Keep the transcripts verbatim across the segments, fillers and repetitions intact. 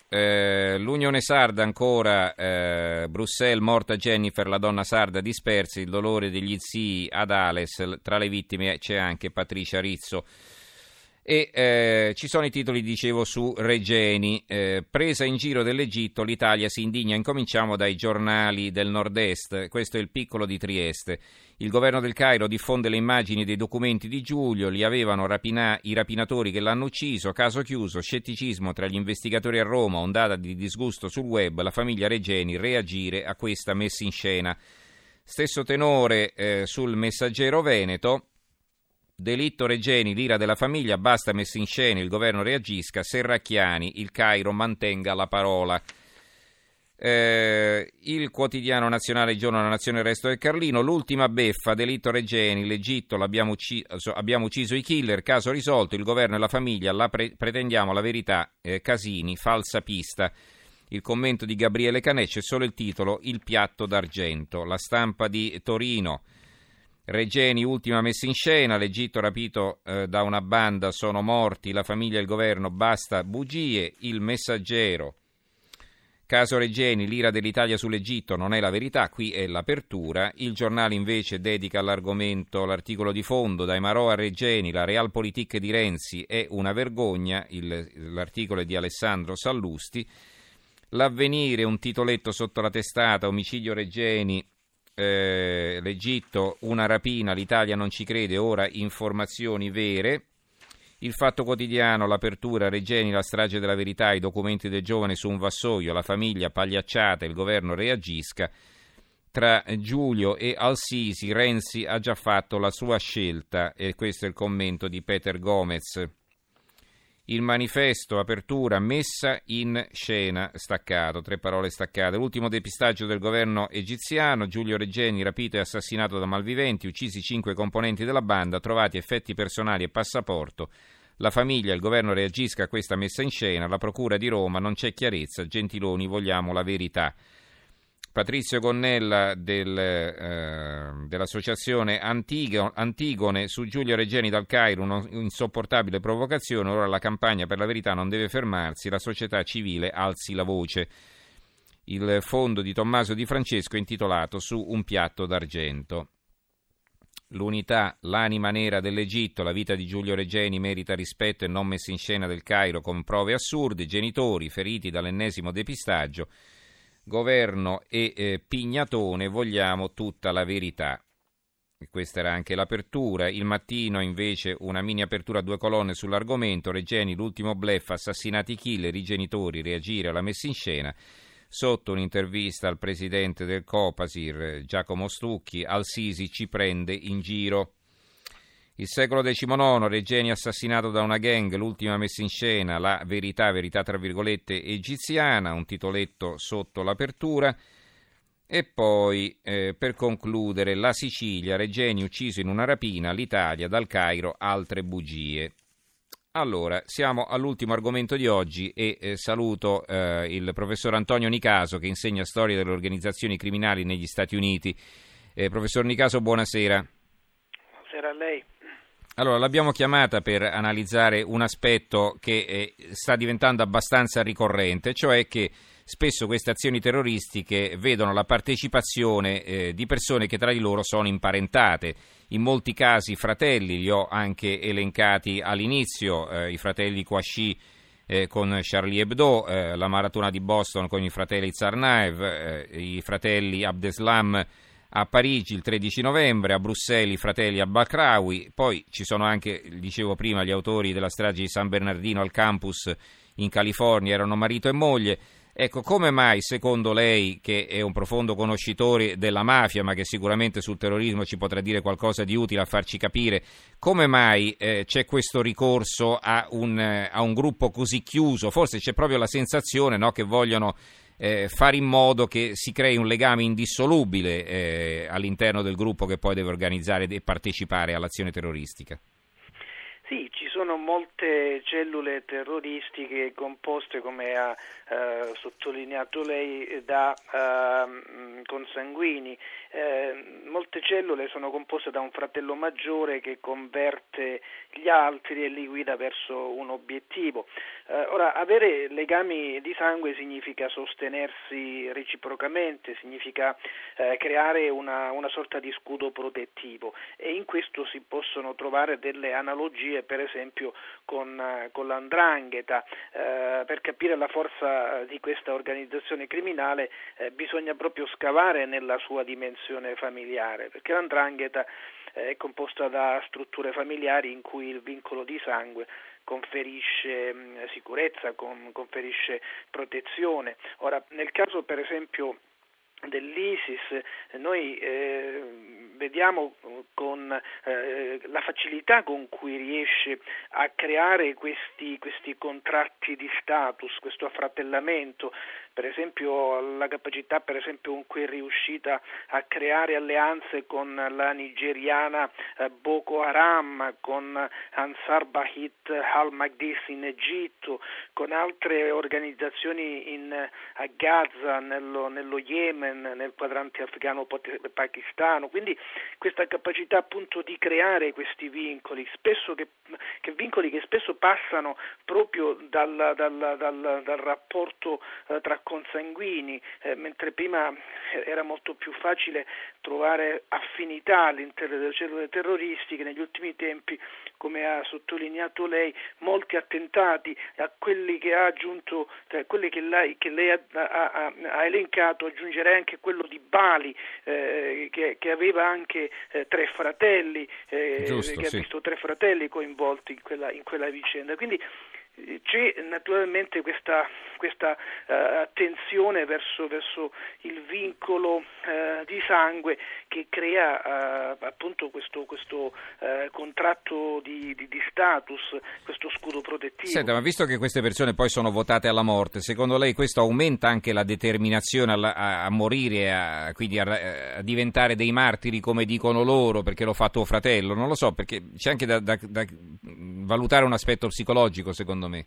Eh, l'Unione Sarda ancora, eh, Bruxelles, morta Jennifer, la donna sarda dispersa, il dolore degli zii ad Ales, tra le vittime c'è anche Patricia Rizzo. E eh, ci sono i titoli, dicevo, su Regeni, eh, presa in giro dell'Egitto, l'Italia si indigna. Incominciamo dai giornali del nord-est, questo è il Piccolo di Trieste. Il governo del Cairo diffonde le immagini dei documenti di Giulio, li avevano rapina- i rapinatori che l'hanno ucciso, caso chiuso, scetticismo tra gli investigatori a Roma, ondata di disgusto sul web, la famiglia Regeni reagire a questa messa in scena. Stesso tenore eh, sul Messaggero Veneto. Delitto Regeni, l'ira della famiglia, basta messa in scena, il governo reagisca, Serracchiani, il Cairo mantenga la parola. Eh, il quotidiano nazionale, il giorno della nazione, il resto del Carlino, l'ultima beffa, delitto Regeni, l'Egitto, l'abbiamo ucciso, abbiamo ucciso i killer, caso risolto, il governo e la famiglia, la pre- pretendiamo la verità, eh, Casini, falsa pista. Il commento di Gabriele Canecce, solo il titolo, il piatto d'argento. La Stampa di Torino. Regeni, ultima messa in scena, l'Egitto rapito eh, da una banda, sono morti, la famiglia e il governo, basta bugie. Il Messaggero, caso Regeni, l'ira dell'Italia sull'Egitto non è la verità, qui è l'apertura. Il Giornale invece dedica all'argomento l'articolo di fondo, dai Marò a Regeni, la realpolitik di Renzi è una vergogna, il, l'articolo è di Alessandro Sallusti. L'Avvenire, un titoletto sotto la testata, omicidio Regeni, Eh, l'Egitto, una rapina, l'Italia non ci crede, ora informazioni vere. Il Fatto Quotidiano, l'apertura, Regeni, la strage della verità, i documenti del giovane su un vassoio, la famiglia pagliacciata, il governo reagisca. Tra Giulio e Al-Sisi, Renzi ha già fatto la sua scelta, e questo è il commento di Peter Gomez. Il Manifesto, apertura, messa in scena, staccato, tre parole staccate. L'ultimo depistaggio del governo egiziano, Giulio Regeni rapito e assassinato da malviventi, uccisi cinque componenti della banda, trovati effetti personali e passaporto. La famiglia e il governo reagisca a questa messa in scena, la procura di Roma, non c'è chiarezza, Gentiloni, vogliamo la verità. Patrizio Gonnella del, eh, dell'associazione Antigo, Antigone, su Giulio Regeni dal Cairo, un'insopportabile provocazione, ora la campagna per la verità non deve fermarsi, la società civile alzi la voce. Il fondo di Tommaso Di Francesco è intitolato Su un piatto d'argento. L'Unità, l'anima nera dell'Egitto, la vita di Giulio Regeni merita rispetto e non messa in scena del Cairo con prove assurde, genitori feriti dall'ennesimo depistaggio. Governo e eh, Pignatone, vogliamo tutta la verità. E questa era anche l'apertura. Il Mattino invece una mini apertura a due colonne sull'argomento, Regeni, l'ultimo bluff, assassinati i killer, i genitori, reagire alla messa in scena. Sotto un'intervista al presidente del Copasir, Giacomo Stucchi, Al-Sisi ci prende in giro. Il Secolo diciannove, Regeni assassinato da una gang, l'ultima messa in scena, la verità, verità tra virgolette egiziana, un titoletto sotto l'apertura. E poi, eh, per concludere, la Sicilia, Regeni ucciso in una rapina, l'Italia, dal Cairo, altre bugie. Allora, siamo all'ultimo argomento di oggi e eh, saluto eh, il professor Antonio Nicaso che insegna storia delle organizzazioni criminali negli Stati Uniti. Eh, professor Nicaso, buonasera. Buonasera a lei. Allora, l'abbiamo chiamata per analizzare un aspetto che eh, sta diventando abbastanza ricorrente, cioè che spesso queste azioni terroristiche vedono la partecipazione eh, di persone che tra di loro sono imparentate. In molti casi fratelli, li ho anche elencati all'inizio, eh, i fratelli Kouachi eh, con Charlie Hebdo, eh, la maratona di Boston con i fratelli Tsarnaev, eh, i fratelli Abdeslam a Parigi il tredici novembre, a Bruxelles i fratelli al-Bakrawi, poi ci sono anche, dicevo prima, gli autori della strage di San Bernardino al campus in California, erano marito e moglie. Ecco, come mai secondo lei, che è un profondo conoscitore della mafia, ma che sicuramente sul terrorismo ci potrà dire qualcosa di utile a farci capire, come mai eh, c'è questo ricorso a un, eh, a un gruppo così chiuso? Forse c'è proprio la sensazione, no, che vogliono eh, fare in modo che si crei un legame indissolubile eh, all'interno del gruppo che poi deve organizzare e partecipare all'azione terroristica. Sì, ci sono sono molte cellule terroristiche composte, come ha eh, sottolineato lei, da eh, consanguini. Eh, molte cellule sono composte da un fratello maggiore che converte gli altri e li guida verso un obiettivo. Eh, ora, avere legami di sangue significa sostenersi reciprocamente, significa eh, creare una, una sorta di scudo protettivo, e in questo si possono trovare delle analogie, per esempio con, con l'Andrangheta. Eh, per capire la forza di questa organizzazione criminale eh, bisogna proprio scavare nella sua dimensione familiare, perché l'Andrangheta è composta da strutture familiari in cui il vincolo di sangue conferisce mh, sicurezza, con, conferisce protezione. Ora, nel caso per esempio dell'ISIS, noi eh, vediamo con eh, la facilità con cui riesce a creare questi, questi contratti di status, questo affratellamento. Per esempio la capacità per esempio con cui è riuscita a creare alleanze con la nigeriana eh, Boko Haram, con Ansar Bait al-Magdis in Egitto, con altre organizzazioni in, a Gaza, nello, nello Yemen, nel quadrante afgano-pakistano. Quindi questa capacità appunto di creare questi vincoli, spesso che, che vincoli che spesso passano proprio dal, dal, dal, dal rapporto eh, tra consanguini, eh, mentre prima era molto più facile trovare affinità all'interno delle cellule terroristiche. Negli ultimi tempi, come ha sottolineato lei, molti attentati a quelli che ha aggiunto, eh, quelli che lei, che lei ha, ha, ha elencato, aggiungerei anche quello di Bali, eh, che, che aveva anche eh, tre fratelli, eh, Giusto, che sì. ha visto tre fratelli coinvolti in quella, in quella vicenda. Quindi c'è naturalmente questa, questa uh, attenzione verso, verso il vincolo uh, di sangue che crea uh, appunto questo, questo uh, contratto di, di, di status, questo scudo protettivo. Senta, ma visto che queste persone poi sono votate alla morte, secondo lei questo aumenta anche la determinazione a, a, a morire, a, quindi a, a diventare dei martiri come dicono loro perché l'ho fatto fratello? Non lo so, perché c'è anche da, da, da valutare un aspetto psicologico, secondo me.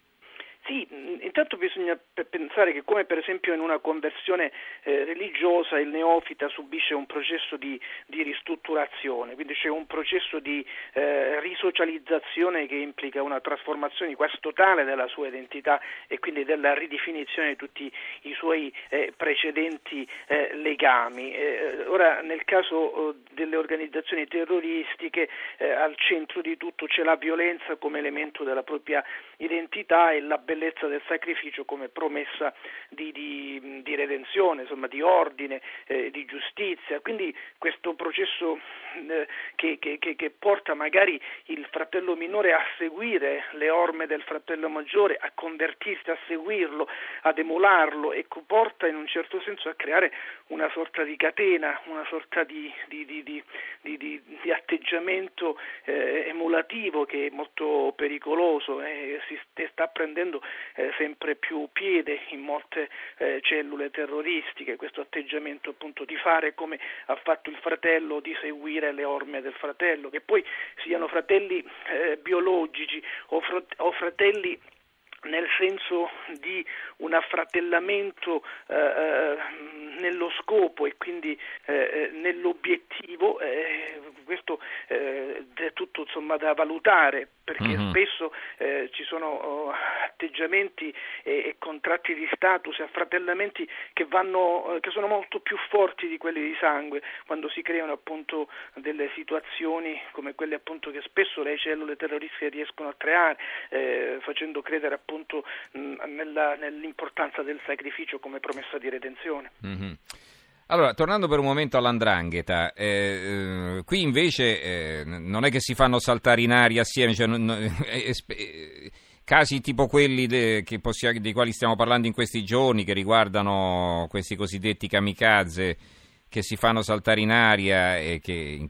Sì, intanto bisogna pensare che, come per esempio in una conversione eh, religiosa, il neofita subisce un processo di, di ristrutturazione, quindi c'è un processo di eh, risocializzazione che implica una trasformazione quasi totale della sua identità e quindi della ridefinizione di tutti i suoi eh, precedenti eh, legami. Eh, ora, nel caso eh, delle organizzazioni terroristiche, eh, al centro di tutto c'è la violenza come elemento della propria identità e la bellezza del sacrificio come promessa di, di, di redenzione, insomma di ordine, eh, di giustizia. Quindi questo processo eh, che, che, che porta magari il fratello minore a seguire le orme del fratello maggiore, a convertirsi, a seguirlo, ad emularlo, e porta in un certo senso a creare una sorta di catena, una sorta di, di, di, di, di, di, di atteggiamento eh, emulativo che è molto pericoloso e si sta prendendo eh, sempre più piede in molte eh, cellule terroristiche, questo atteggiamento appunto di fare come ha fatto il fratello, di seguire le orme del fratello, che poi siano fratelli eh, biologici o, fr- o fratelli nel senso di un affratellamento eh, nello scopo e quindi eh, nell'obiettivo, eh, questo eh, è tutto insomma da valutare, perché mm-hmm. spesso eh, ci sono oh, atteggiamenti e, e contratti di status e affratellamenti che vanno, eh, che sono molto più forti di quelli di sangue, quando si creano appunto delle situazioni come quelle appunto che spesso le cellule terroristiche riescono a creare, eh, facendo credere appunto mh, nella, nell'importanza del sacrificio come promessa di redenzione. Mm-hmm. Allora, tornando per un momento all'Andrangheta, eh, eh, qui invece eh, non è che si fanno saltare in aria assieme, cioè, non, eh, eh, casi tipo quelli de, che possiamo, dei quali stiamo parlando in questi giorni, che riguardano questi cosiddetti kamikaze che si fanno saltare in aria e che in,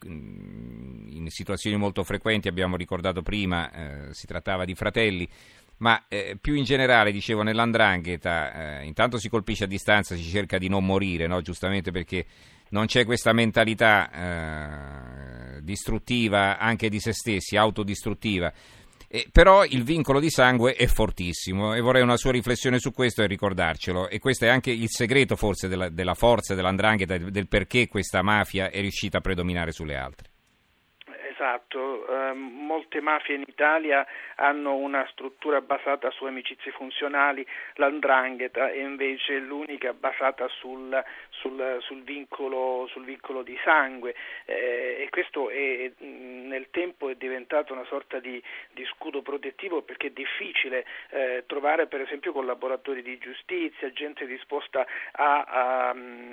in situazioni molto frequenti, abbiamo ricordato prima, eh, si trattava di fratelli. Ma eh, più in generale, dicevo, nell'Andrangheta eh, intanto si colpisce a distanza, si cerca di non morire, no? Giustamente perché non c'è questa mentalità eh, distruttiva anche di se stessi, autodistruttiva, Eh, però il vincolo di sangue è fortissimo e vorrei una sua riflessione su questo e ricordarcelo. E questo è anche il segreto forse della, della forza dell'Ndrangheta, del perché questa mafia è riuscita a predominare sulle altre. Esatto, eh, molte mafie in Italia hanno una struttura basata su amicizie funzionali, l'Ndrangheta è invece l'unica basata sul, sul, sul, vincolo, sul vincolo di sangue eh, e questo è, nel tempo è diventato una sorta di, di scudo protettivo, perché è difficile eh, trovare per esempio collaboratori di giustizia, gente disposta a, a,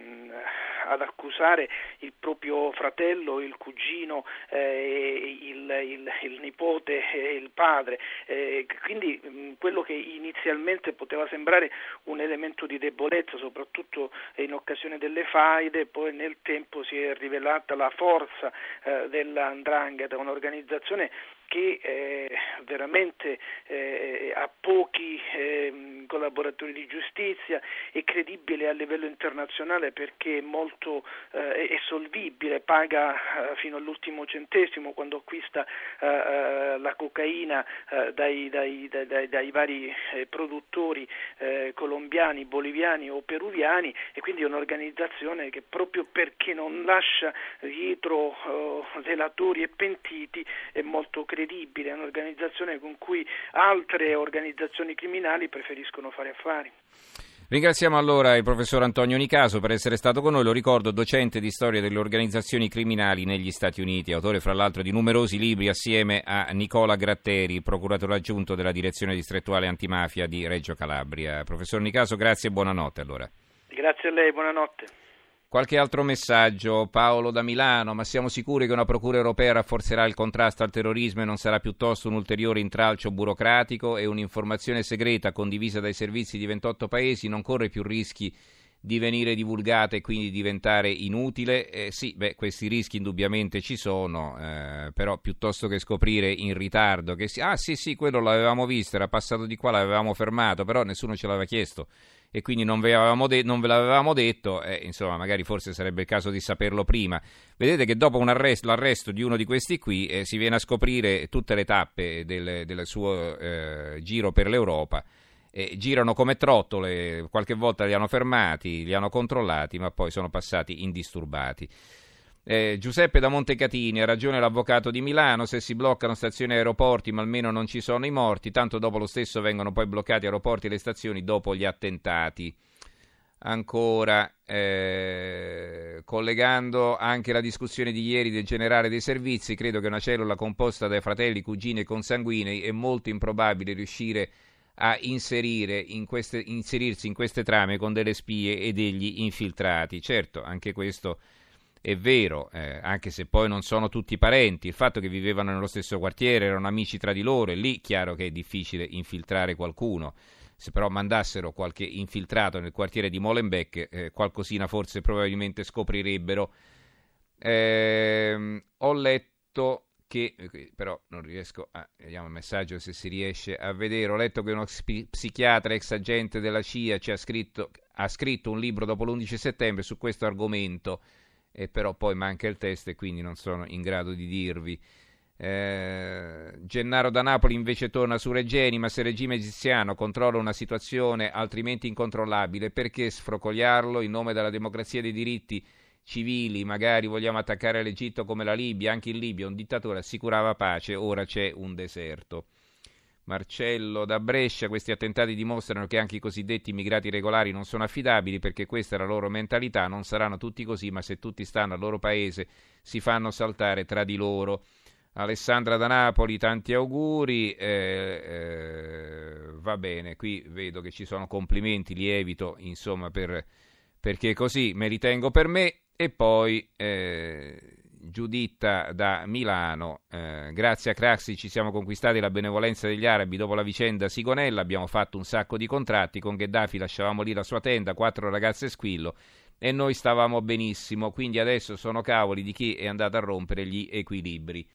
ad accusare il proprio fratello, il cugino, eh, Il, il, il nipote e il padre, eh, quindi mh, quello che inizialmente poteva sembrare un elemento di debolezza, soprattutto in occasione delle faide, poi nel tempo si è rivelata la forza eh, della 'Ndrangheta, un'organizzazione che eh, veramente eh, ha pochi eh, collaboratori di giustizia, è credibile a livello internazionale perché è molto eh, è solvibile, paga eh, fino all'ultimo centesimo quando acquista eh, la cocaina eh, dai, dai, dai, dai, dai vari eh, produttori eh, colombiani, boliviani o peruviani, e quindi è un'organizzazione che proprio perché non lascia dietro eh, delatori e pentiti è molto credibile. È un'organizzazione con cui altre organizzazioni criminali preferiscono fare affari. Ringraziamo allora il professor Antonio Nicaso per essere stato con noi, lo ricordo, docente di storia delle organizzazioni criminali negli Stati Uniti, autore fra l'altro di numerosi libri assieme a Nicola Gratteri, procuratore aggiunto della direzione distrettuale antimafia di Reggio Calabria. Professor Nicaso, grazie e buonanotte allora. Grazie a lei, buonanotte. Qualche altro messaggio, Paolo da Milano, ma siamo sicuri che una procura europea rafforzerà il contrasto al terrorismo e non sarà piuttosto un ulteriore intralcio burocratico e un'informazione segreta condivisa dai servizi di ventotto paesi non corre più rischi di venire divulgata e quindi diventare inutile? Eh, sì, beh, questi rischi indubbiamente ci sono, eh, però piuttosto che scoprire in ritardo che si, ah sì sì, quello l'avevamo visto, era passato di qua, l'avevamo fermato, però nessuno ce l'aveva chiesto e quindi non ve, de- non ve l'avevamo detto, eh, insomma magari forse sarebbe il caso di saperlo prima. Vedete che dopo un arresto, l'arresto di uno di questi qui eh, si viene a scoprire tutte le tappe del, del suo eh, giro per l'Europa. Eh, girano come trottole, qualche volta li hanno fermati, li hanno controllati, ma poi sono passati indisturbati. Eh, Giuseppe da Montecatini, ha ragione l'avvocato di Milano, se si bloccano stazioni e aeroporti ma almeno non ci sono i morti, tanto dopo lo stesso vengono poi bloccati aeroporti e le stazioni dopo gli attentati. Ancora, eh, collegando anche la discussione di ieri del generale dei servizi, credo che una cellula composta dai fratelli, cugini e consanguinei è molto improbabile riuscire a inserire in queste, inserirsi in queste trame con delle spie e degli infiltrati. Certo, anche questo è vero, eh, anche se poi non sono tutti parenti, il fatto che vivevano nello stesso quartiere, erano amici tra di loro, e lì chiaro che è difficile infiltrare qualcuno. Se però mandassero qualche infiltrato nel quartiere di Molenbeek, eh, qualcosina forse probabilmente scoprirebbero. Eh, ho letto che, però non riesco a, vediamo il messaggio se si riesce a vedere, ho letto che uno psichiatra ex agente della C I A ci ha scritto, ha scritto un libro dopo l'undici settembre su questo argomento, e però poi manca il testo e quindi non sono in grado di dirvi. Eh, Gennaro da Napoli invece torna su Regeni, ma se il regime egiziano controlla una situazione altrimenti incontrollabile, perché sfrocoliarlo in nome della democrazia e dei diritti civili? Magari vogliamo attaccare l'Egitto come la Libia, anche in Libia un dittatore assicurava pace, ora c'è un deserto. Marcello da Brescia, questi attentati dimostrano che anche i cosiddetti immigrati regolari non sono affidabili, perché questa è la loro mentalità, non saranno tutti così, ma se tutti stanno al loro paese si fanno saltare tra di loro. Alessandra da Napoli, tanti auguri, eh, eh, va bene, qui vedo che ci sono complimenti, li evito, insomma, per, perché così me li tengo per me. E poi eh, Giuditta da Milano, eh, grazie a Craxi ci siamo conquistati la benevolenza degli arabi dopo la vicenda Sigonella, abbiamo fatto un sacco di contratti, con Gheddafi lasciavamo lì la sua tenda, quattro ragazze squillo e noi stavamo benissimo, quindi adesso sono cavoli di chi è andato a rompere gli equilibri.